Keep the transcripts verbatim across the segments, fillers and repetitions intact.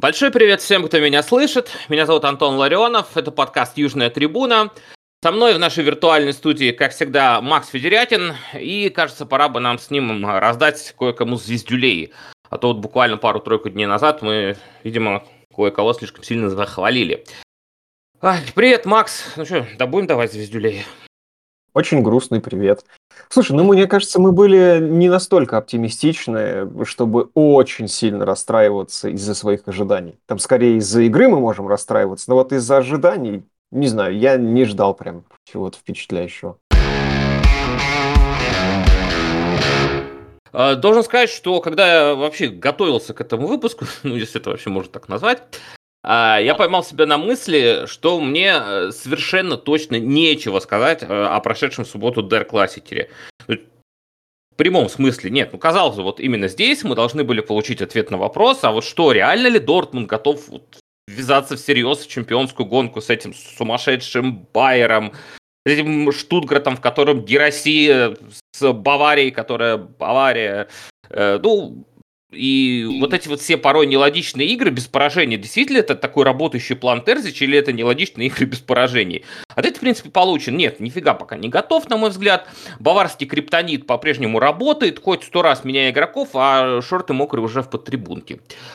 Большой привет всем, кто меня слышит. Меня зовут Антон Ларионов. Это подкаст «Южная трибуна». Со мной в нашей виртуальной студии, как всегда, Макс Федерятин. И, кажется, пора бы нам с ним раздать кое-кому звездюлей. А то вот буквально пару-тройку дней назад мы, видимо, кое-кого слишком сильно захвалили. Ай, привет, Макс. Ну что, да будем давать звездюлей? Очень грустный привет. Слушай, ну мне кажется, мы были не настолько оптимистичны, чтобы очень сильно расстраиваться из-за своих ожиданий. Там скорее из-за игры мы можем расстраиваться, но вот из-за ожиданий, не знаю, я не ждал прям чего-то впечатляющего. А, Должен сказать, что когда я вообще готовился к этому выпуску, ну, если это вообще можно так назвать, а, я поймал себя на мысли, что мне э, совершенно точно нечего сказать э, о прошедшем в субботу Дэр-классикере. В прямом смысле нет. Ну, казалось бы, вот именно здесь мы должны были получить ответ на вопрос, а вот что, реально ли Дортмунд готов вот ввязаться всерьез в чемпионскую гонку с этим сумасшедшим Байером, с этим Штутгартом, в котором Гераси, с Баварией, которая Бавария. Э, ну, и вот эти вот все порой нелогичные игры без поражения, действительно это такой работающий план Терзич или это нелогичные игры без поражений? Ответ, в принципе, получен. Нет, нифига пока не готов, на мой взгляд. Баварский криптонит по-прежнему работает, хоть сто раз меняя игроков, а шорты мокрые уже в подтрибунке.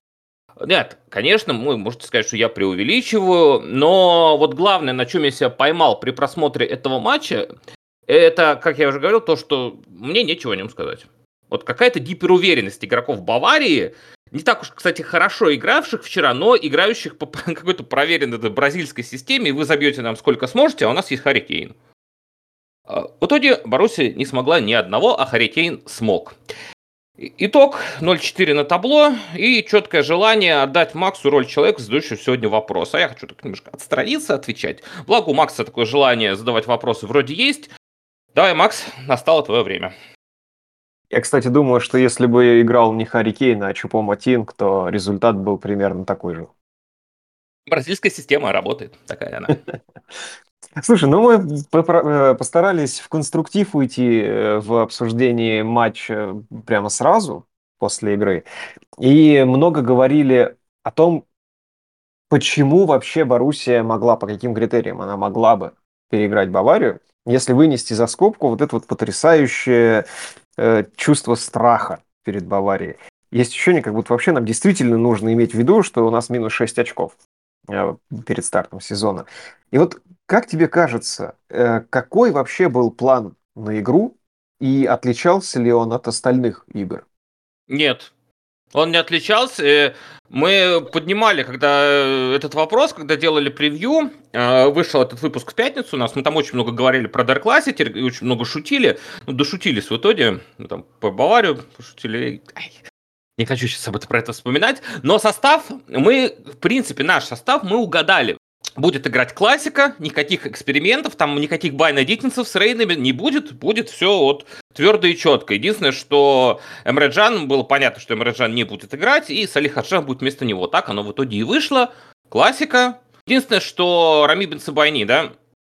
Нет, конечно, вы можете сказать, что я преувеличиваю, но вот главное, на чем я себя поймал при просмотре этого матча, это, как я уже говорил, то, что мне нечего о нем сказать. Вот какая-то гиперуверенность игроков Баварии, не так уж, кстати, хорошо игравших вчера, но играющих по какой-то проверенной бразильской системе, и вы забьете нам сколько сможете, а у нас есть Харри Кейн. В итоге Боруссия не смогла ни одного, а Харри Кейн смог. Итог ноль четыре на табло и четкое желание отдать Максу роль человека, задающего сегодня вопрос. А я хочу так немножко отстраниться, отвечать. Благо у Макса такое желание задавать вопросы вроде есть. Давай, Макс, настало твое время. Я, кстати, думаю, что если бы играл не Харри Кейн, а Чупо-Мотинг, то результат был примерно такой же. Бразильская система работает, такая она. Слушай, ну мы попро- э, постарались в конструктив уйти э, в обсуждении матча прямо сразу после игры. И много говорили о том, почему вообще Боруссия могла, по каким критериям она могла бы переиграть Баварию, если вынести за скобку вот это вот потрясающее э, чувство страха перед Баварией. Есть ощущение, как будто вообще нам действительно нужно иметь в виду, что у нас минус шесть очков э, перед стартом сезона. И вот как тебе кажется, э, какой вообще был план на игру и отличался ли он от остальных игр? Нет, он не отличался. Э, Мы поднимали, когда э, этот вопрос, когда делали превью, э, вышел этот выпуск в пятницу у нас, мы там очень много говорили про Dark Classic и очень много шутили. Ну, дошутились в итоге. Мы там по Баварию пошутили. Ай, не хочу сейчас об этом про это вспоминать. Но состав, мы, в принципе, наш состав мы угадали. Будет играть классика, никаких экспериментов, там никаких Байна Диккенсов с Рейнами не будет, будет все вот твердо и четко. Единственное, что Эмре Can, было понятно, что Эмре Can не будет играть, и Салих Хаджах будет вместо него. Так оно в итоге и вышло. Классика. Единственное, что Рами Бенцебайни, да,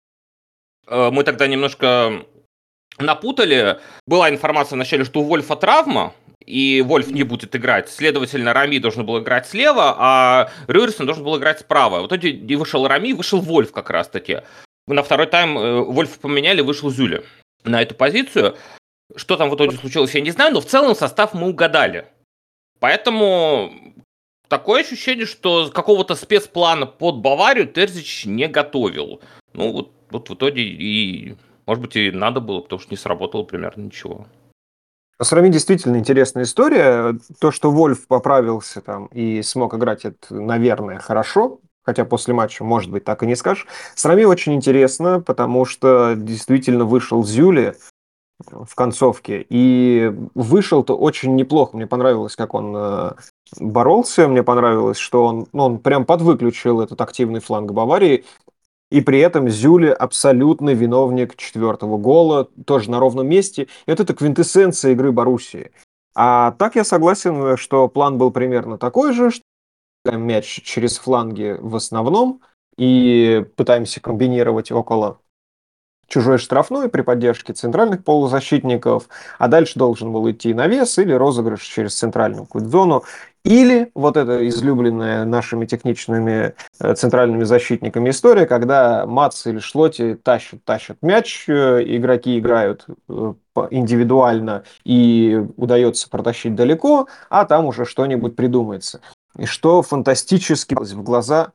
э, мы тогда немножко напутали. Была информация вначале, что у Вольфа травма, и Вольф не будет играть. Следовательно, Рами должен был играть слева, а Рюрсон должен был играть справа. В итоге и вышел Рами, вышел Вольф как раз-таки. На второй тайм э, Вольфа поменяли, вышел Зюля на эту позицию. Что там в итоге случилось, я не знаю, но в целом состав мы угадали. Поэтому такое ощущение, что какого-то спецплана под Баварию Терзич не готовил. Ну, вот, вот в итоге и, может быть, и надо было, потому что не сработало примерно ничего. С Рами действительно интересная история. То, что Вольф поправился там и смог играть, это, наверное, хорошо. Хотя после матча, может быть, так и не скажешь. С Рами очень интересно, потому что действительно вышел Зюли в концовке. И вышел-то очень неплохо. Мне понравилось, как он э, боролся. Мне понравилось, что он, ну, он прям подвыключил этот активный фланг Баварии. И при этом Зюли абсолютный виновник четвертого гола, тоже на ровном месте. И вот это квинтэссенция игры Боруссии. А так я согласен, что план был примерно такой же, что играем мяч через фланги в основном и пытаемся комбинировать около чужой штрафной при поддержке центральных полузащитников, а дальше должен был идти навес или розыгрыш через центральную какую-то зону, или вот эта излюбленная нашими техничными э, центральными защитниками история, когда Мац или Шлоти тащат, тащат мяч, э, игроки играют э, по- индивидуально и удается протащить далеко, а там уже что-нибудь придумается. И что фантастически в глаза,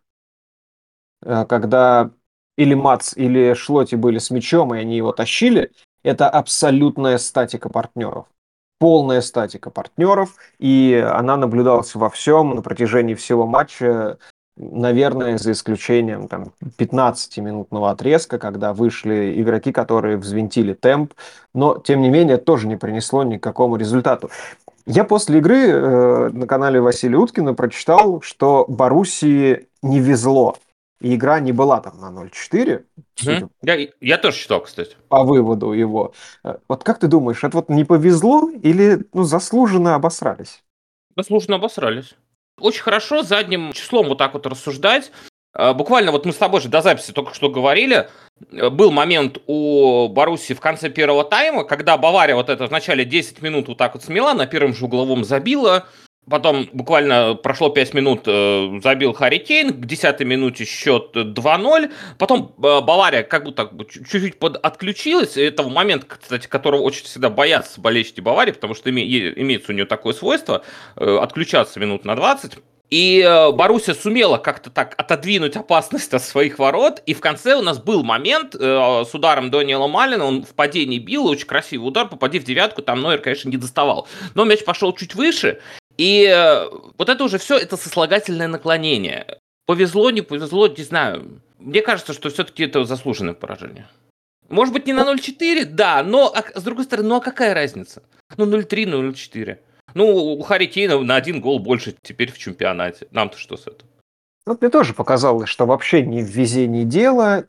э, когда или Мац, или Шлоти были с мячом, и они его тащили, это абсолютная статика партнеров. Полная статика партнеров, и она наблюдалась во всем на протяжении всего матча, наверное, за исключением там, пятнадцатиминутного отрезка, когда вышли игроки, которые взвинтили темп, но, тем не менее, тоже не принесло ни к какому результату. Я после игры э, на канале Василия Уткина прочитал, что Боруссии не везло. И игра не была там на ноль четыре, Мгм. судя Я, я тоже читал, кстати. по выводу его. Э, Вот как ты думаешь, это вот не повезло или ну, заслуженно обосрались? Заслуженно обосрались. Очень хорошо задним числом вот так вот рассуждать. Э, Буквально вот мы с тобой же до записи только что говорили, э, был момент у Боруссии в конце первого тайма, когда Бавария вот это в начале десять минут вот так вот смела, на первом же угловом забила, потом буквально прошло пять минут, э, забил Харри Кейн, к десятой минуте счет два ноль, потом э, Бавария как будто как бы чуть- чуть-чуть под- отключилась, и этого момента, кстати, которого очень всегда боятся болельщики Баварии, потому что име- е- имеется у нее такое свойство, э, отключаться минут на двадцать. И э, Боруссия сумела как-то так отодвинуть опасность от своих ворот. И в конце у нас был момент э, с ударом Дониела Малина. Он в падении бил, очень красивый удар, попади в девятку, там Нойер, конечно, не доставал. Но мяч пошел чуть выше. И э, вот это уже все, это сослагательное наклонение. Повезло, не повезло, не знаю. Мне кажется, что все-таки это заслуженное поражение. Может быть, не на ноль четыре, да, но а, с другой стороны, ну а какая разница? Ну ноль три, ну ноль четыре. Ну, у Харри Кейна на один гол больше теперь в чемпионате. Нам-то что с этого? Вот мне тоже показалось, что вообще не в везении дело,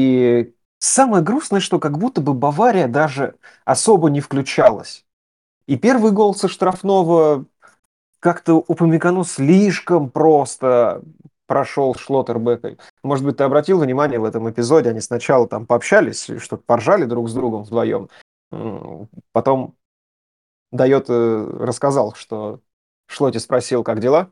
и самое грустное, что как будто бы Бавария даже особо не включалась. И первый гол со штрафного как-то Упамекану слишком просто прошел Шлоттербека. Может быть, ты обратил внимание в этом эпизоде, они сначала там пообщались, что-то поржали друг с другом вдвоем, М, потом Дает э, рассказал, что Шлоти спросил, как дела,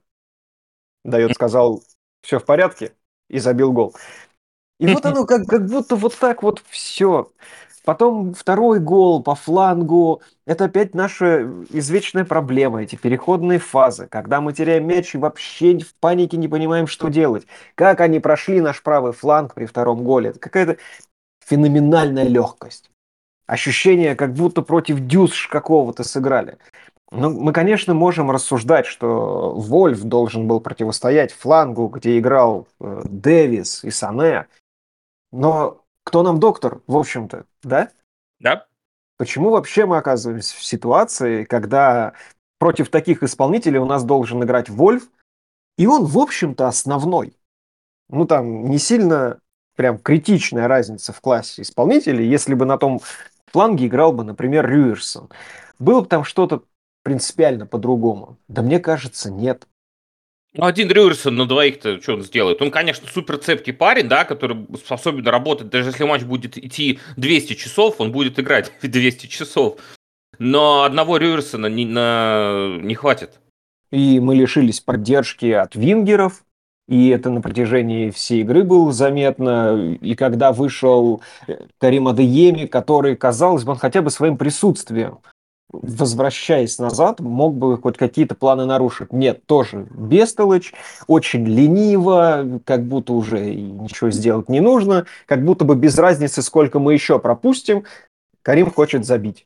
Дает сказал, все в порядке, и забил гол. И вот оно как, как будто вот так вот все. Потом второй гол по флангу. Это опять наша извечная проблема, эти переходные фазы, когда мы теряем мяч и вообще в панике не понимаем, что делать. Как они прошли наш правый фланг при втором голе. Это какая-то феноменальная легкость. Ощущение, как будто против дюсш какого-то сыграли. Ну, мы, конечно, можем рассуждать, что Вольф должен был противостоять флангу, где играл э, Дэвис и Сане, но кто нам доктор, в общем-то, да? Да? Почему вообще мы оказываемся в ситуации, когда против таких исполнителей у нас должен играть Вольф, и он, в общем-то, основной? Ну, там не сильно прям критичная разница в классе исполнителей, если бы на том фланге играл бы, например, Рюерсон. Было бы там что-то принципиально по-другому? Да мне кажется, нет. Ну, один Рюерсон на двоих-то что он сделает? Он, конечно, супер цепкий парень, да, который способен работать, даже если матч будет идти двести часов, он будет играть двести часов. Но одного Рюерсона не, на... не хватит. И мы лишились поддержки от вингеров, и это на протяжении всей игры было заметно. И когда вышел э, Карим Адееми, который, казалось бы, он хотя бы своим присутствием, возвращаясь назад, мог бы хоть какие-то планы нарушить. Нет, тоже бестолочь, очень лениво, как будто уже и ничего сделать не нужно, как будто бы без разницы, сколько мы еще пропустим, Карим хочет забить.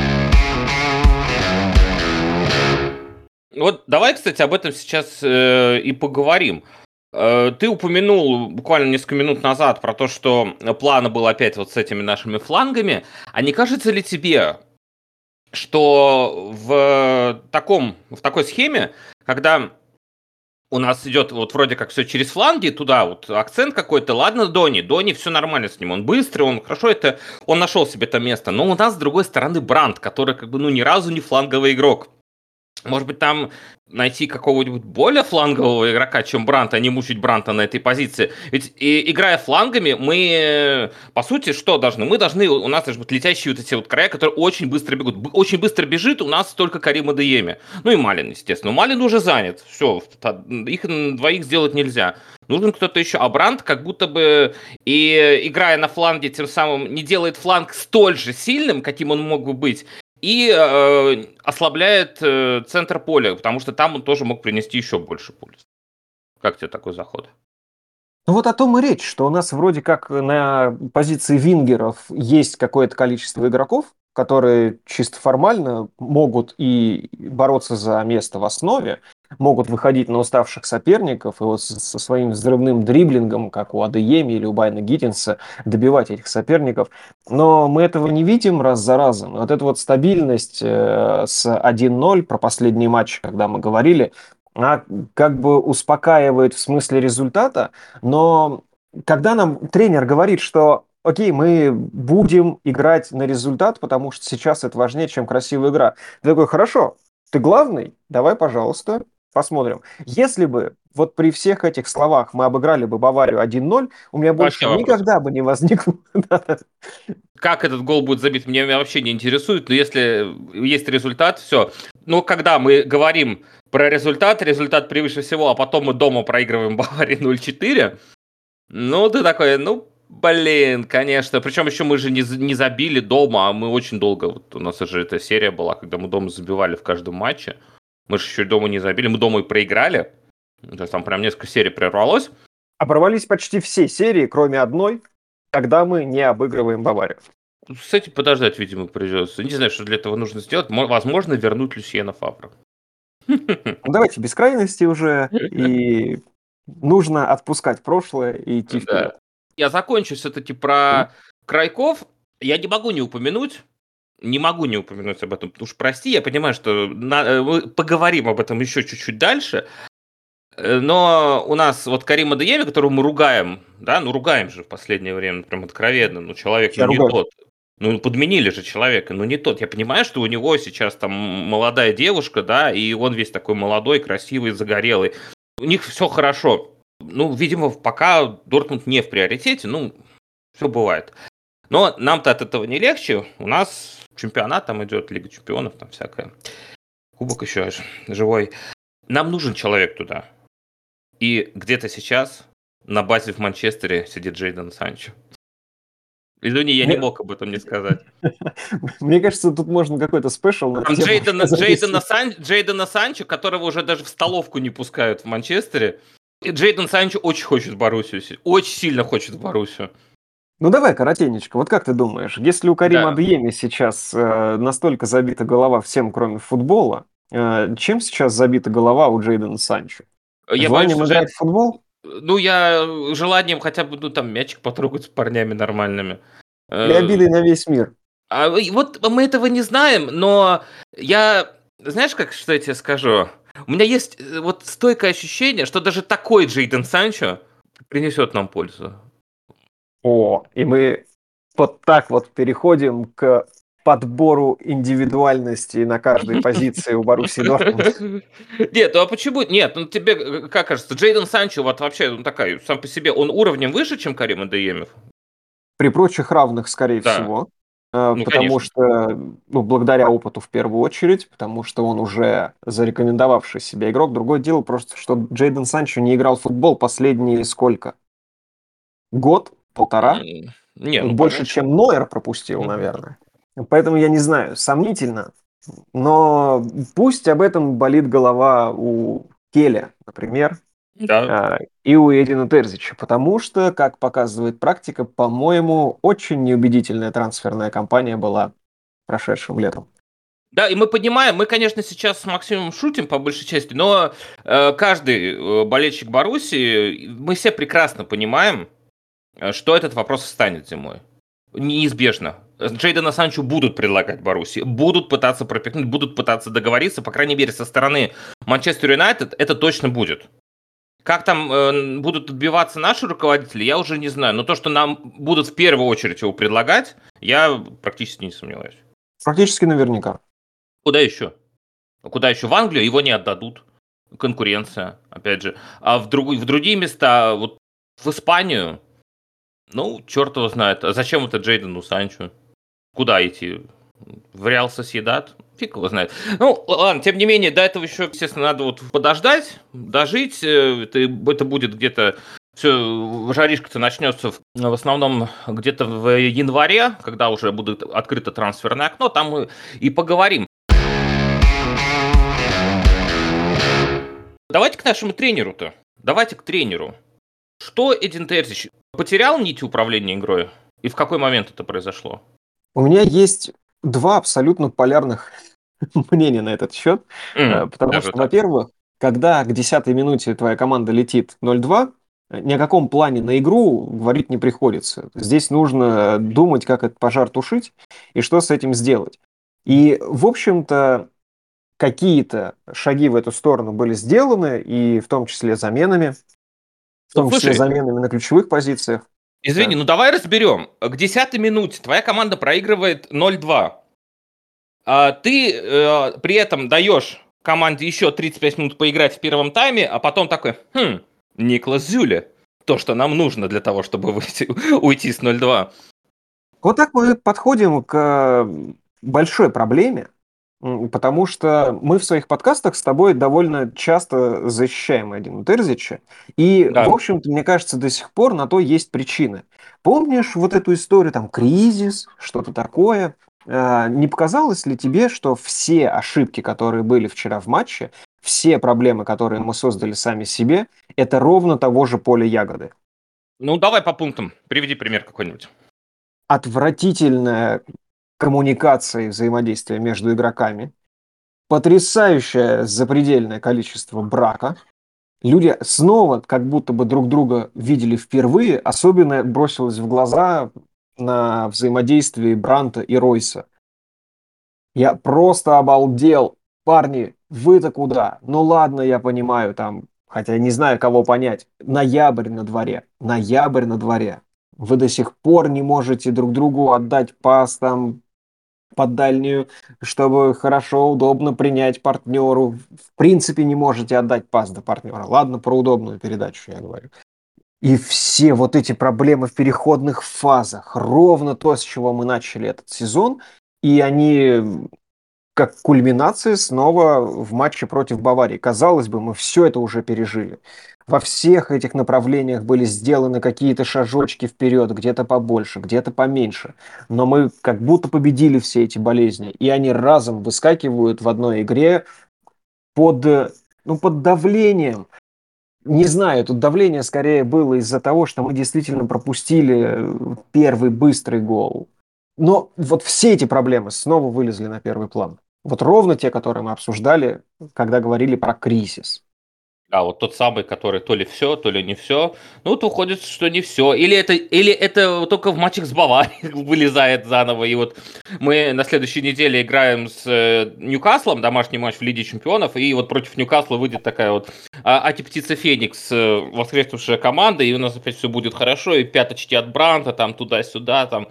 Вот давай, кстати, об этом сейчас э, и поговорим. Э, ты упомянул буквально несколько минут назад про то, что планы был опять вот с этими нашими флангами. А не кажется ли тебе, что в таком, в такой схеме, когда у нас идет вот вроде как все через фланги, туда вот акцент какой-то, ладно, Дони, Дони, все нормально с ним, он быстрый, он хорошо это, он нашел себе это место, но у нас с другой стороны Бранд, который как бы ну ни разу не фланговый игрок. Может быть, там найти какого-нибудь более флангового игрока, чем Брант, а не мучить Бранта на этой позиции. Ведь и, играя флангами, мы, по сути, что должны? Мы должны, у нас должны быть летящие вот эти вот края, которые очень быстро бегут. Б- Очень быстро бежит у нас только Карим Адееми. Ну и Малин, естественно. Малин уже занят. Все, их двоих сделать нельзя. Нужен кто-то еще. А Брант как будто бы, и играя на фланге, тем самым не делает фланг столь же сильным, каким он мог бы быть, и э, ослабляет э, центр поля, потому что там он тоже мог принести еще больше пользы. Как тебе такой заход? Ну вот о том и речь, что у нас вроде как на позиции вингеров есть какое-то количество игроков, которые чисто формально могут и бороться за место в основе, могут выходить на уставших соперников и вот с- со своим взрывным дриблингом, как у Адееми или у Байна Гиттинса, добивать этих соперников. Но мы этого не видим раз за разом. И вот эта вот стабильность э, с один ноль про последний матч, когда мы говорили, она как бы успокаивает в смысле результата, но когда нам тренер говорит, что окей, мы будем играть на результат, потому что сейчас это важнее, чем красивая игра. Ты такой, хорошо, ты главный, давай, пожалуйста, посмотрим. Если бы вот при всех этих словах мы обыграли бы Баварию один ноль, у меня больше Вообще вопрос. никогда бы не возникло. Как этот гол будет забит, меня вообще не интересует, но если есть результат, все. Но когда мы говорим про результат, результат превыше всего, а потом мы дома проигрываем Баварии ноль четыре, ну, ты такой, ну, блин, конечно. Причем еще мы же не, з- не забили дома, а мы очень долго, вот у нас же эта серия была, когда мы дома забивали в каждом матче. Мы же еще дома не забили, мы дома и проиграли. То есть там прям несколько серий прервалось. Оборвались почти все серии, кроме одной, когда мы не обыгрываем Баварию. С этим подождать, видимо, придется. Не знаю, что для этого нужно сделать. Мо- Возможно, вернуть Люсьена Фавра. Ну, давайте без крайности уже, и нужно отпускать прошлое и идти Да. вперед. Я закончу все-таки Мгм. про Крайков. Я не могу не упомянуть, не могу не упомянуть об этом, потому что, прости, я понимаю, что на- э, мы поговорим об этом еще чуть-чуть дальше, э, но у нас вот Карим Адееми, которого мы ругаем, да, ну ругаем же в последнее время, прям откровенно, ну человек, ну Я не ругаю. тот. Ну, подменили же человека, ну не тот. Я понимаю, что у него сейчас там молодая девушка, да, и он весь такой молодой, красивый, загорелый. У них все хорошо. Ну, видимо, пока Дортмунд не в приоритете, ну, все бывает. Но нам-то от этого не легче. У нас чемпионат там идет, Лига чемпионов, там всякое. Кубок еще ж- живой. Нам нужен человек туда. И где-то сейчас на базе в Манчестере сидит Джейден Санчо. Извини, я не Мне, мог об этом не сказать. мне кажется, тут можно какой-то спешл на эту Там тему вообще Джейдена, Джейдена, записывать. Сан, Джейдена Санчо, которого уже даже в столовку не пускают в Манчестере. И Джейден Санчо очень хочет в Боруссию. си- Очень сильно хочет в Боруссию. Ну давай, коротенечко, вот как ты думаешь, если у Карима Да. Адeyemi сейчас э, настолько забита голова всем, кроме футбола, э, чем сейчас забита голова у Джейдена Санчо? Я боюсь, Желанием что играть Джейд... в футбол Ну, я желанием хотя бы, ну, там, мячик потрогать с парнями нормальными. или Э, обидой на весь мир? А и вот мы этого не знаем, но я, знаешь, как что я тебе скажу? У меня есть э, вот стойкое ощущение, что даже такой Джейден Санчо принесет нам пользу. О, и мы вот так вот переходим к подбору индивидуальности на каждой позиции у Боруссии Дортмунд. Нет, ну а почему? Нет, ну тебе э, как кажется, Джейден Санчо вот вообще ну, такая сам по себе, он уровнем выше, чем Карим Адеемов? При прочих равных, скорее Да, всего, э, ну потому конечно. что, ну, благодаря опыту в первую очередь, потому что он уже зарекомендовавший себя игрок. Другое дело просто, что Джейден Санчо не играл в футбол последние сколько? Год? Полтора? М, Не, ну Больше, побольше. чем Нойер пропустил, Мгм. наверное. Поэтому я не знаю, сомнительно. Но пусть об этом болит голова у Келя, например, Да. а, и у Эдина Терзича, потому что, как показывает практика, по-моему, очень неубедительная трансферная кампания была прошедшим летом. Да, и мы понимаем, мы, конечно, сейчас с Максимом шутим по большей части, но э, каждый э, болельщик Боруссии, мы все прекрасно понимаем, э, что этот вопрос встанет зимой. Неизбежно. Джейдена Санчо будут предлагать Боруссии, будут пытаться пропихнуть, будут пытаться договориться, по крайней мере, со стороны Манчестер Юнайтед это точно будет. Как там э, будут отбиваться наши руководители, я уже не знаю. Но то, что нам будут в первую очередь его предлагать, я практически не сомневаюсь. Практически наверняка. Куда еще? Куда еще? В Англию его не отдадут. Конкуренция, опять же. А в, друг... в другие места, вот в Испанию, ну, черт его знает. А зачем это Джейдену Санчо? Куда идти? В Реал Сосьедад? Фиг его знает. Ну, ладно, тем не менее, до этого еще, естественно, надо вот подождать, дожить. Это, это будет где-то... Все, жаришка-то начнется в, в основном где-то в январе, когда уже будет открыто трансферное окно, там мы и поговорим. Давайте к нашему тренеру-то. Давайте к тренеру. Что Эдин Терзич потерял нить управления игрой? И в какой момент это произошло? У меня есть два абсолютно полярных мнения на этот счет. Э, М, Потому даже что, так. во-первых, когда к десятой минуте твоя команда летит ноль-два, э, ни о каком плане на игру говорить не приходится. Здесь нужно думать, как этот пожар тушить и что с этим сделать. И, в общем-то, какие-то шаги в эту сторону были сделаны, и в том числе заменами, в том числе Слушай, заменами на ключевых позициях. извини, Так. ну давай разберем. К десятой минуте твоя команда проигрывает ноль-два. А ты э, при этом даешь команде еще тридцать пять минут поиграть в первом тайме, а потом такой, хм, Никлас Зюле. То, что нам нужно для того, чтобы выйти, уйти с ноль-два. Вот так мы подходим к большой проблеме, м, потому что мы в своих подкастах с тобой довольно часто защищаем Эдина Терзича, и, в Да. общем-то, мне кажется, до сих пор на то есть причины. Помнишь вот эту историю, там, кризис, что-то такое? А, Не показалось ли тебе, что все ошибки, которые были вчера в матче, все проблемы, которые мы создали сами себе, это ровно того же поля ягоды? Ну, давай по пунктам. Приведи пример какой-нибудь. Отвратительная коммуникация и взаимодействие между игроками, потрясающее запредельное количество брака. Люди снова как будто бы друг друга видели впервые. Особенно бросилось в глаза на взаимодействии Бранта и Ройса. Я просто обалдел. Парни, вы-то куда? Ну ладно, я понимаю, там, хотя не знаю, кого понять. Ноябрь на дворе. Ноябрь на дворе. Вы до сих пор не можете друг другу отдать пас там под дальнюю, чтобы хорошо, удобно принять партнеру. В принципе, не можете отдать пас до партнера. Ладно, про удобную передачу я говорю. И все вот эти проблемы в переходных фазах, ровно то, с чего мы начали этот сезон, и они как кульминация снова в матче против Баварии. Казалось бы, мы все это уже пережили. Во всех этих направлениях были сделаны какие-то шажочки вперед, где-то побольше, где-то поменьше. Но мы как будто победили все эти болезни, и они разом выскакивают в одной игре под, э, ну, под давлением. Не знаю, тут давление скорее было из-за того, что мы действительно пропустили э, первый быстрый гол. Но вот все эти проблемы снова вылезли на первый план. Вот ровно те, которые мы обсуждали, когда говорили про кризис. А вот тот самый, который то ли все, то ли не все. Ну, вот выходит, что не все. Или это, или это только в матчах с Баварией вылезает заново. И вот мы на следующей неделе играем с э, Ньюкаслом, домашний матч в Лиге Чемпионов, и вот против Ньюкасла выйдет такая вот а, антиптица Феникс, э, воскресшая команда, и у нас опять все будет хорошо, и пяточки от Бранта, там туда-сюда, там.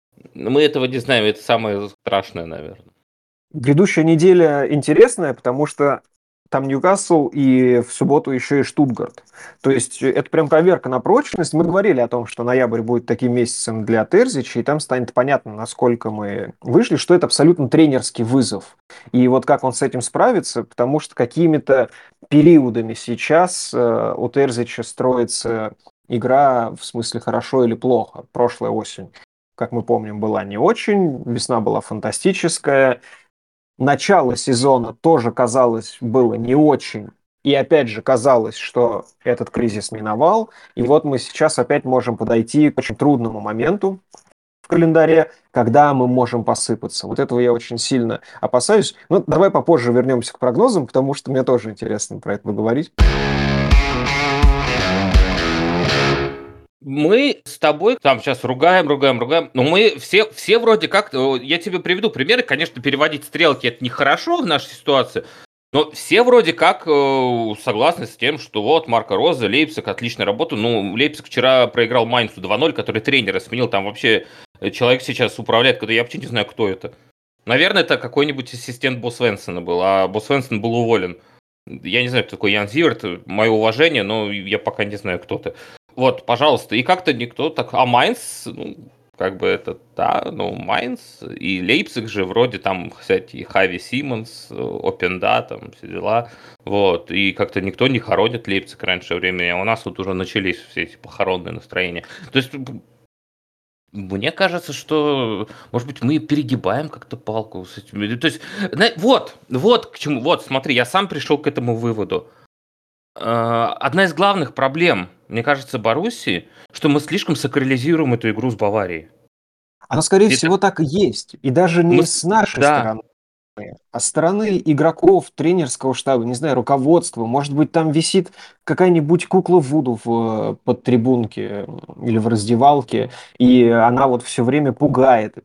Мы этого не знаем, это самое страшное, наверное. Грядущая неделя интересная, потому что там Ньюкасл и в субботу еще и Штутгарт. То есть э, это прям проверка на прочность. Мы говорили о том, что ноябрь будет таким месяцем для Терзича, и там станет понятно, насколько мы вышли, что это абсолютно тренерский вызов. И вот как он с этим справится, потому что какими-то периодами сейчас э, у Терзича строится игра в смысле хорошо или плохо. Прошлая осень, как мы помним, была не очень, весна была фантастическая, начало сезона тоже, казалось, было не очень. И опять же казалось, что этот кризис миновал. И вот мы сейчас опять можем подойти к очень трудному моменту в календаре, когда мы можем посыпаться. Вот этого я очень сильно опасаюсь. Ну, давай попозже вернемся к прогнозам, потому что мне тоже интересно про это поговорить. Мы с тобой там сейчас ругаем, ругаем, ругаем, но мы все, все вроде как, э, я тебе приведу примеры, конечно, переводить стрелки это нехорошо в нашей ситуации, но все вроде как э, согласны с тем, что вот Марко Роза, Лейпциг, отличная работа. Ну, Лейпциг вчера проиграл Майнцу два ноль, который тренера сменил, там вообще э, человек сейчас управляет, когда я вообще не знаю, кто это. Наверное, это какой-нибудь ассистент Бо Свенсона был, а Бо Свенсон был уволен. Я не знаю, кто такой Ян Зиверт, мое уважение, но я пока не знаю, кто ты. Вот, пожалуйста, и как-то никто так... А Майнц, ну, как бы это, да, ну, Майнц и Лейпциг же вроде там, кстати, Хави Симмонс, Опенда, там все дела, вот, и как-то никто не хоронит Лейпциг раньше времени, а у нас тут уже начались все эти похоронные настроения. То есть, мне кажется, что, может быть, мы перегибаем как-то палку с этими... То есть, вот, вот к чему, вот, смотри, я сам пришел к этому выводу. Одна из главных проблем, мне кажется, Боруссии, что мы слишком сакрализируем эту игру с Баварией. Оно, скорее Это... всего, так и есть. И даже Мы... не с нашей Да. стороны, а со стороны игроков, тренерского штаба, не знаю, руководства. Может быть, там висит какая-нибудь кукла Вуду в подтрибунке или в раздевалке, и она вот все время пугает.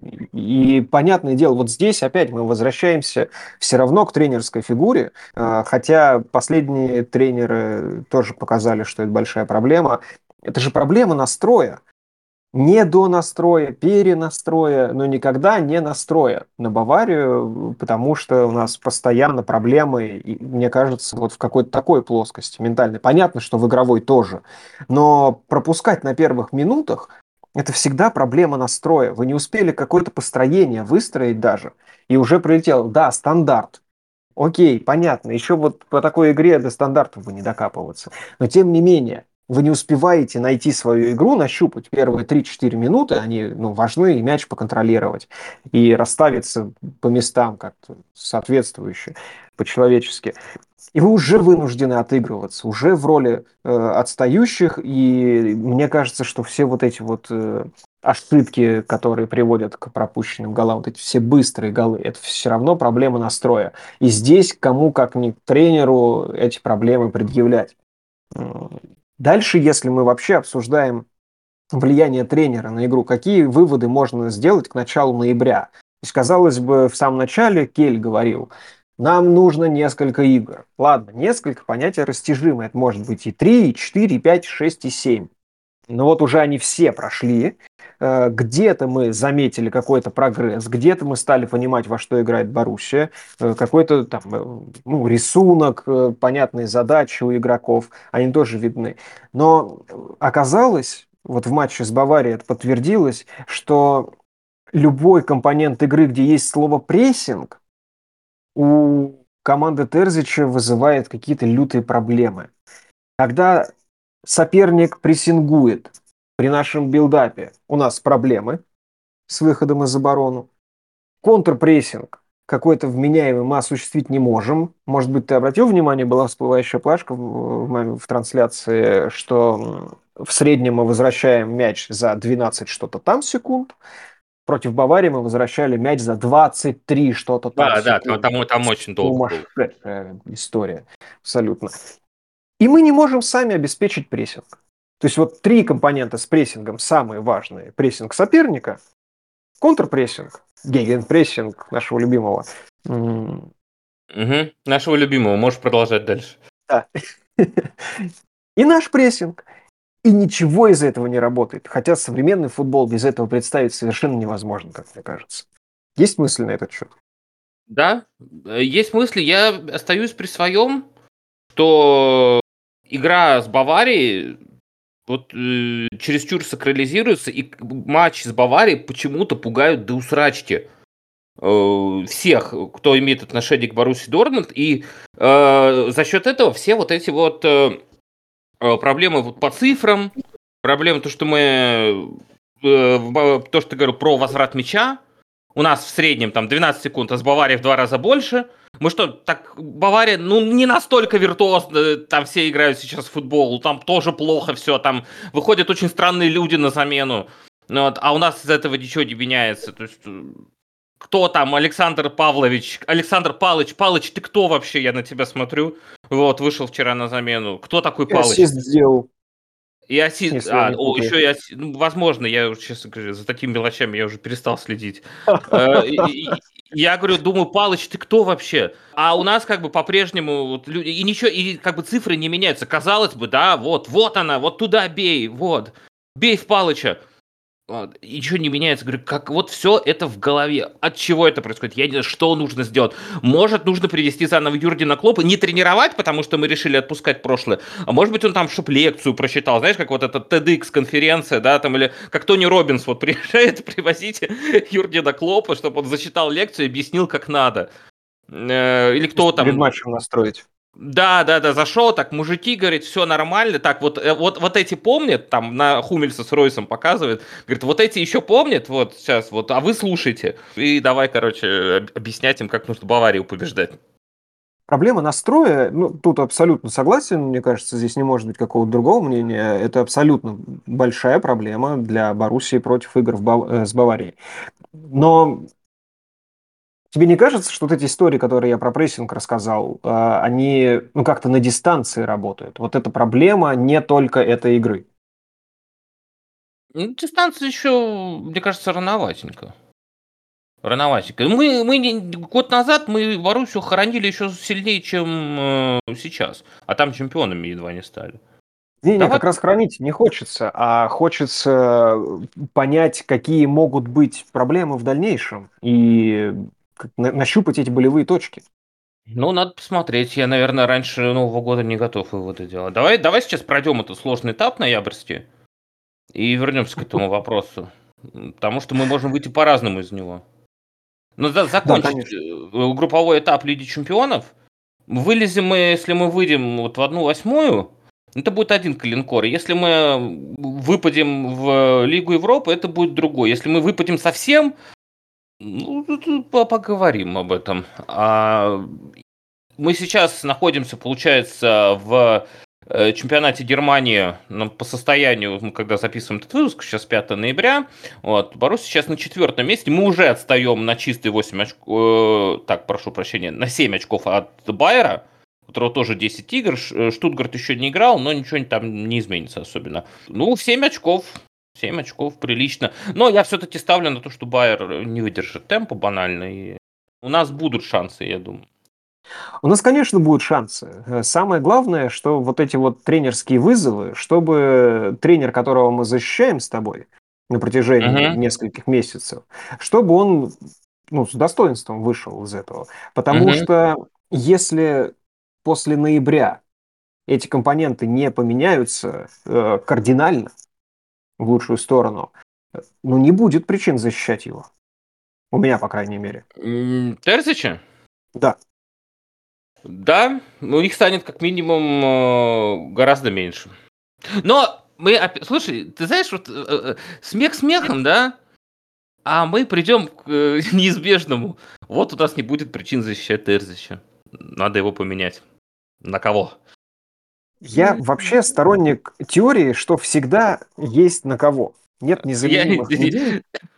И понятное дело, вот здесь опять мы возвращаемся все равно к тренерской фигуре, а, хотя последние тренеры тоже показали, что это большая проблема. Это же проблема настроя. Не до настроя, перенастроя, но никогда не настроя на Баварию, потому что у нас постоянно проблемы, и, мне кажется, вот в какой-то такой плоскости ментальной. Понятно, что в игровой тоже, но пропускать на первых минутах — это всегда проблема настроя. Вы не успели какое-то построение выстроить даже, и уже прилетел, да, стандарт. Окей, понятно, еще вот по такой игре до стандартов бы не докапываться. Но тем не менее, вы не успеваете найти свою игру, нащупать первые три-четыре минуты, они ну, важны, и мяч поконтролировать, и расставиться по местам как-то соответствующе, по-человечески. И вы уже вынуждены отыгрываться, уже в роли э, отстающих, и мне кажется, что все вот эти вот э, ошибки, которые приводят к пропущенным голам, вот эти все быстрые голы, это все равно проблема настроя. И здесь кому, как ни тренеру, эти проблемы предъявлять. Дальше, если мы вообще обсуждаем влияние тренера на игру, какие выводы можно сделать к началу ноября? То есть, казалось бы, в самом начале Кель говорил, нам нужно несколько игр. Ладно, несколько, понятие растяжимое. Это может быть и три, и четыре, и пять, и шесть, и семь. Но вот уже они все прошли. Где-то мы заметили какой-то прогресс, где-то мы стали понимать, во что играет Боруссия, какой-то там ну, рисунок, понятные задачи у игроков, они тоже видны. Но оказалось, вот в матче с Баварией это подтвердилось, что любой компонент игры, где есть слово прессинг, у команды Терзича вызывает какие-то лютые проблемы. Когда соперник прессингует при нашем билдапе, у нас проблемы с выходом из обороны. Контрпрессинг какой-то вменяемый мы осуществить не можем. Может быть, ты обратил внимание, была всплывающая плашка в, в, в трансляции, что в среднем мы возвращаем мяч за двенадцать что-то там секунд. Против Баварии мы возвращали мяч за двадцать три что-то там Да, да, секунд. там, там очень долго было. Сумасшедшая история. Абсолютно. И мы не можем сами обеспечить прессинг. То есть вот три компонента с прессингом самые важные. Прессинг соперника, контрпрессинг, гегенпрессинг нашего любимого. Угу. Нашего любимого, можешь продолжать дальше. Да. И наш прессинг. И ничего из этого не работает. Хотя современный футбол без этого представить совершенно невозможно, как мне кажется. Есть мысли на этот счет? Да, есть мысли. Я остаюсь при своем, что игра с Баварией вот э, чересчур сакрализируется, и матч с Баварией почему-то пугают до усрачки э, всех, кто имеет отношение к Боруссии Дортмунд, и э, за счет этого все вот эти вот э, проблемы вот по цифрам, проблемы то, что мы э, то, что ты говорил про возврат мяча, у нас в среднем там двенадцать секунд, а с Баварией в два раза больше. Мы что, так, Бавария, ну, не настолько виртуозно, там все играют сейчас в футбол, там тоже плохо все, там выходят очень странные люди на замену, вот, а у нас из этого ничего не меняется. То есть, кто там, Александр Павлович, Александр Палыч, Палыч, ты кто вообще, я на тебя смотрю, вот, вышел вчера на замену, кто такой Палыч? Ассист сделал. И ассист, а, о, еще и ассист, ну, возможно, я, честно говоря, за такими мелочами я уже перестал следить. Я говорю, думаю, Палыч, ты кто вообще? А у нас как бы по-прежнему вот, и ничего, и как бы цифры не меняются. Казалось бы, да, вот, вот она, вот туда бей, вот, бей в Палыча. Вот, и ничего не меняется. Говорю, как вот все это в голове. От чего это происходит? Я не знаю, что нужно сделать. Может, нужно привести заново Юргена Клоппа, не тренировать, потому что мы решили отпускать прошлое, а может быть, он там, чтоб лекцию прочитал, знаешь, как вот эта TEDx-конференция, да, там, или как Тони Роббинс вот приезжает, привозите Юргена Клоппа, чтобы он зачитал лекцию и объяснил, как надо. Э, Или кто Перед там, матчем настроить. да, да, да, зашел, так, мужики, говорит, все нормально, так, вот, э, вот, вот эти помнят, там, на Хумельса с Ройсом показывает, говорит, вот эти еще помнят, вот, сейчас, вот, а вы слушайте, и давай, короче, об- объяснять им, как нужно Баварию побеждать. Проблема настроя, ну, тут абсолютно согласен, мне кажется, здесь не может быть какого-то другого мнения. Это абсолютно большая проблема для Боруссии против игр в Бав- э, с Баварией. Но тебе не кажется, что вот эти истории, которые я про прессинг рассказал, э, они, ну, как-то на дистанции работают? Вот эта проблема не только этой игры. Ну, дистанция еще, мне кажется, рановатенько. Рановатенько. Мы, мы не- год назад мы Боруссию хоронили еще сильнее, чем э, сейчас, а там чемпионами едва не стали. Не-не, Давай. как раз хранить не хочется, а хочется э, понять, какие могут быть проблемы в дальнейшем и как на- нащупать эти болевые точки. Ну, надо посмотреть. Я, наверное, раньше Нового года не готов выводы делать. Давай, давай сейчас пройдем этот сложный этап ноябрьский и вернемся к этому вопросу. М, Потому что мы можем выйти по-разному из него. Ну, да, Да, закончить конечно. э, групповой этап Лиги Чемпионов. Вылезем мы, если мы выйдем вот в одну восьмую, это будет один калинкор. Если мы выпадем в Лигу Европы, это будет другой. Если мы выпадем совсем, ну, тут по- поговорим об этом. А мы сейчас находимся, получается, в э, чемпионате Германии, ну, по состоянию, мы когда записываем этот выпуск, сейчас пятое ноября, вот, Боруссия сейчас на четвертом месте, мы уже отстаем на чистые восемь очков, так, прошу прощения, на семь очков от Байера, у которого тоже десять игр, Ш- э, Штутгарт еще не играл, но ничего там не изменится особенно. Ну, семь очков, семь очков, прилично. Но я все-таки ставлю на то, что Байер не выдержит темпа банально, и у нас будут шансы, я думаю. У нас, конечно, будут шансы. Э, Самое главное, что вот эти вот тренерские вызовы, чтобы тренер, которого мы защищаем с тобой на протяжении Мгм. нескольких месяцев, чтобы он, ну, с достоинством вышел из этого. Потому Мгм. что если после ноября эти компоненты не поменяются э, кардинально в лучшую сторону, э, ну, не будет причин защищать его. У меня, по крайней мере. М, Терзича? Да. Да, ну их станет как минимум э, гораздо меньше. Но мы, опя- слушай, ты знаешь, вот э, э, смех смехом, да, а мы придем к э, неизбежному. Вот у нас не будет причин защищать Терзича. Надо его поменять. На кого? Я вообще сторонник теории, что всегда есть на кого. Нет Я, незаменимых людей,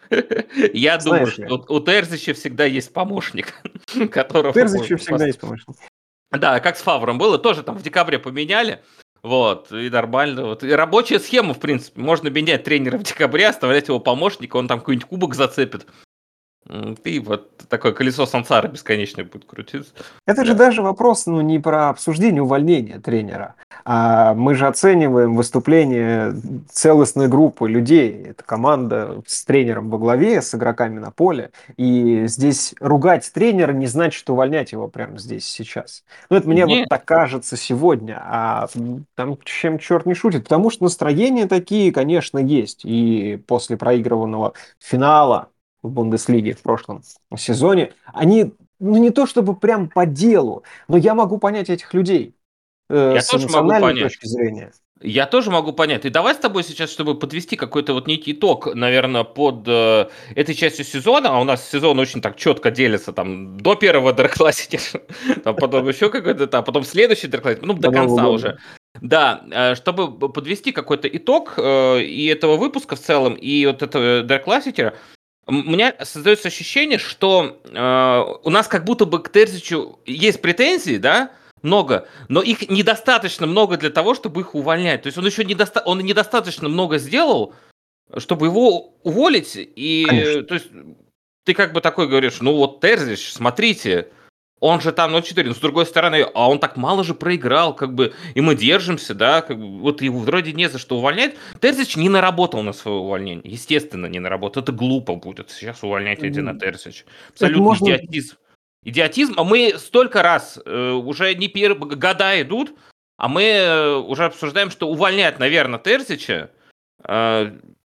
я думаю, знаешь ли. что у Терзича всегда есть помощник, У которого Терзича можно всегда поставить. есть помощник. Да, как с Фавром было, тоже там в декабре поменяли. Вот, и нормально. Вот. И рабочая схема, в принципе. Можно менять тренера в декабре, оставлять его помощника, он там какой-нибудь кубок зацепит. М, И вот такое колесо сансары бесконечное будет крутиться. Это же Да. даже вопрос, ну, не про обсуждение увольнения тренера, а мы же оцениваем выступление целостной группы людей. Это команда с тренером во главе, с игроками на поле. И здесь ругать тренера не значит увольнять его прямо здесь, сейчас. Ну, это мне вот Не, так кажется сегодня, а м, там чем черт не шутит. Потому что настроения такие, конечно, есть. И после проигрыванного финала в Бундеслиге в прошлом сезоне, они, ну, не то чтобы прям по делу, но я могу понять этих людей э, я с тоже могу эмоциональной понять. точки зрения. Я тоже могу понять. И давай с тобой сейчас, чтобы подвести какой-то вот некий итог, наверное, под э, этой частью сезона, а у нас сезон очень так четко делится, там, до первого Дарклассики, там, потом еще какой-то этап, потом следующий Дарклассик, ну, до До Нового конца года. уже. Да, э, чтобы п- подвести какой-то итог э, и этого выпуска в целом, и вот этого Дарклассики, у меня создается ощущение, что э, у нас как будто бы к Терзичу есть претензии, да, много, но их недостаточно много для того, чтобы их увольнять. То есть он еще недоста- он недостаточно много сделал, чтобы его уволить. Конечно. И то есть ты как бы такой говоришь, ну вот Терзич, смотрите, Он же там ноль четыре, но с другой стороны, а он так мало же проиграл, как бы, и мы держимся, да, как бы, вот его вроде не за что увольнять. Терзич не наработал на свое увольнение, естественно, не наработал. Это глупо будет сейчас увольнять Эдина М, Терзича. Это Абсолютно можно... идиотизм. Идиотизм, а мы столько раз, э, уже не первые года идут, а мы э, уже обсуждаем, что увольнять, наверное, Терзича э,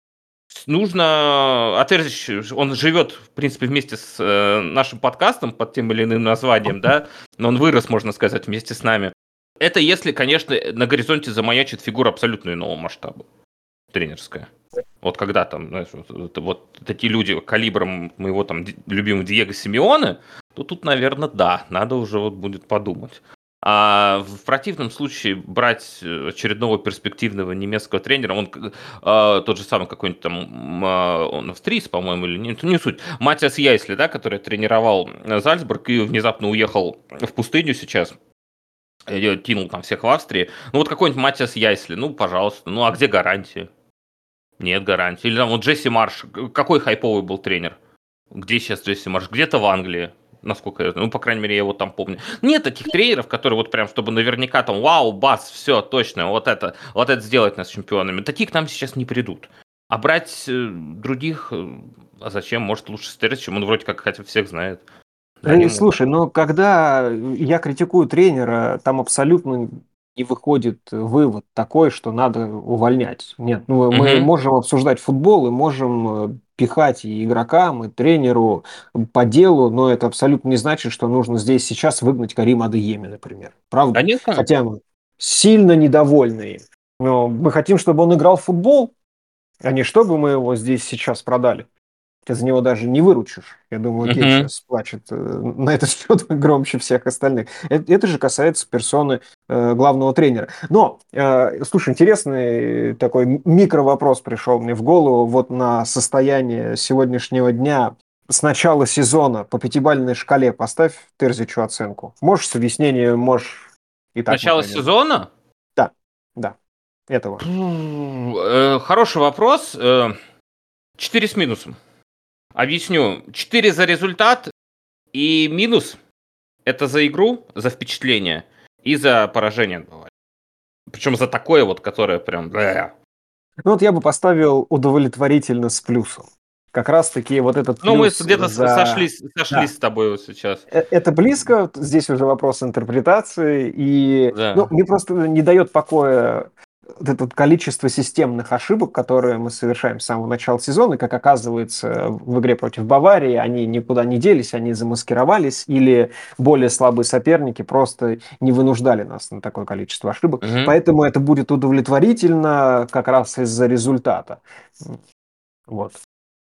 нужно, а Терзич, он живет, в принципе, вместе с э, нашим подкастом под тем или иным названием, да, но он вырос, можно сказать, вместе с нами. Это если, конечно, на горизонте замаячит фигура абсолютно иного масштаба, тренерская. Вот когда там, знаешь, вот, вот, вот такие люди калибром моего там ди- любимого Диего Симеоне, то тут, наверное, да, надо уже вот будет подумать. А в противном случае брать э, очередного перспективного немецкого тренера, он к- а, тот же самый какой-нибудь там, м, а, он австриец, по-моему, или нет, не суть, Матиас Яйсли, да, который тренировал э, Зальцбург и внезапно уехал в пустыню сейчас, и кинул там всех в Австрии. Ну вот какой-нибудь Матиас Яйсли, ну, пожалуйста, ну а где гарантии? Нет гарантии. Или там вот Джесси Марш, какой хайповый был тренер? Где сейчас Джесси Марш? Где-то в Англии, насколько я знаю. Ну, по крайней мере, я его там помню. Нет таких тренеров, которые вот прям, чтобы наверняка там, вау, бас, все, точно, вот это, вот это сделать нас чемпионами. Таких к нам сейчас не придут. А брать э, других, э, а зачем? Может, лучше Стерч, чем он вроде как хотя всех знает. Да, не Э, могут. Слушай, но когда я критикую тренера, там абсолютно не выходит вывод такой, что надо увольнять. Нет, ну, мы Мгм. можем обсуждать футбол и можем э, пихать и игрокам, и тренеру по делу, но это абсолютно не значит, что нужно здесь сейчас выгнать Карима Адeyemi, например. Правда? Конечно. Хотя мы сильно недовольны им. Но мы хотим, чтобы он играл в футбол, а не чтобы мы его здесь сейчас продали. Ты за него даже не выручишь. Я думаю, Гет Мгм. сейчас плачет э, на этот счет громче всех остальных. Это, это же касается персоны э, главного тренера. Но, э, слушай, интересный такой м- микровопрос пришел мне в голову вот на состояние сегодняшнего дня. С начала сезона по пятибалльной шкале поставь Терзичу оценку. Можешь с объяснением, можешь и так мы Начало поймем. сезона? Да, да, это важно. Пф, э, Хороший вопрос. Э, Четыре с минусом. Объясню. Четыре за результат и минус — это за игру, за впечатление и за поражение бывает. Причем за такое вот, которое прям... бля. Ну вот я бы поставил удовлетворительно с плюсом. Как раз-таки вот этот Ну, мы плюс с- где-то с- за... сошлись, сошлись Да, с тобой вот сейчас. э- это близко, вот здесь уже вопрос интерпретации, и ну, Да. мне просто не дает покоя вот это вот количество системных ошибок, которые мы совершаем с самого начала сезона, и, как оказывается, в игре против Баварии они никуда не делись, они замаскировались, или более слабые соперники просто не вынуждали нас на такое количество ошибок. Мгм. Поэтому это будет удовлетворительно как раз из-за результата. Вот.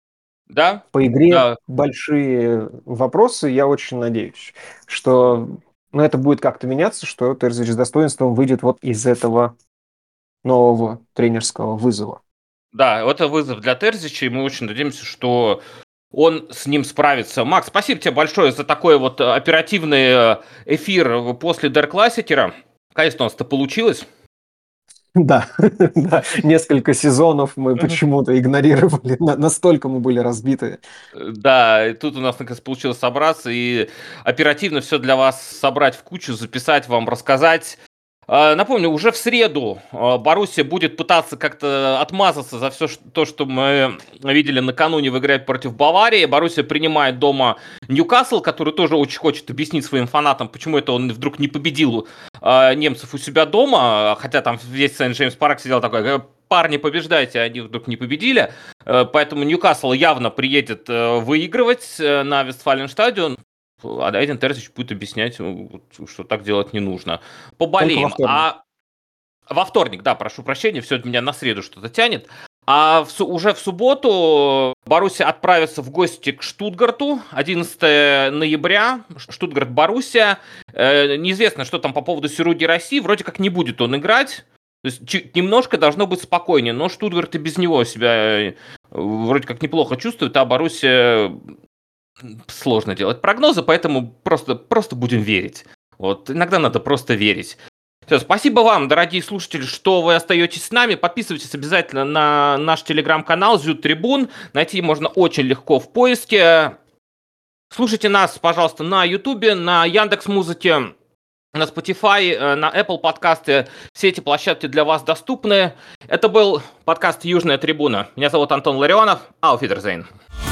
Да, По игре да, большие вопросы. Я очень надеюсь, что ну, это будет как-то меняться, что Терзич с достоинством выйдет вот из этого нового тренерского вызова. да, это вызов для Терзича, и мы очень надеемся, что он с ним справится. Макс, спасибо тебе большое за такой вот э, оперативный э, эфир после Дер Классикера. Конечно, у нас это получилось. Да, да, несколько сезонов мы почему-то игнорировали, на- настолько мы были разбиты. Э, Да, и тут у нас наконец получилось собраться и оперативно все для вас собрать в кучу, записать вам, рассказать. А, Напомню, уже в среду а, Боруссия будет пытаться как-то отмазаться за все то, что мы видели накануне в игре против Баварии. Боруссия принимает дома Ньюкасл, который тоже очень хочет объяснить своим фанатам, почему это он вдруг не победил а, немцев у себя дома, хотя там весь Сент-Джеймс Парк сидел такой: «Э, парни, побеждайте», а они вдруг не победили. Э, Поэтому Ньюкасл явно приедет э, выигрывать э, на Вестфаленстадион. А Эдин Терзич будет объяснять, э, вот, что так делать не нужно. Только во Поболеем. вторник. А во вторник, да, прошу прощения, все меня на среду что-то тянет. А в су- уже в субботу Боруссия отправится в гости к Штутгарту. одиннадцатого ноября. Ш- Штутгарт, Боруссия. Э, неизвестно, что там по поводу Сируги России. Вроде как не будет он играть. То есть чуть- немножко должно быть спокойнее. Но Штутгарт и без него себя э, вроде как неплохо чувствует, а Боруссия сложно делать прогнозы, поэтому просто, просто будем верить. Вот, иногда надо просто верить. Всё, спасибо вам, дорогие слушатели, что вы остаетесь с нами. Подписывайтесь обязательно на наш телеграм-канал Зют Трибун. Найти можно очень легко в поиске. Слушайте нас, пожалуйста, на Ютубе, на Яндекс.Музыке, на Spotify, э, на Apple подкасты. Все эти площадки для вас доступны. Это был подкаст «Южная трибуна». Меня зовут Антон Ларионов. Auf Wiedersehen.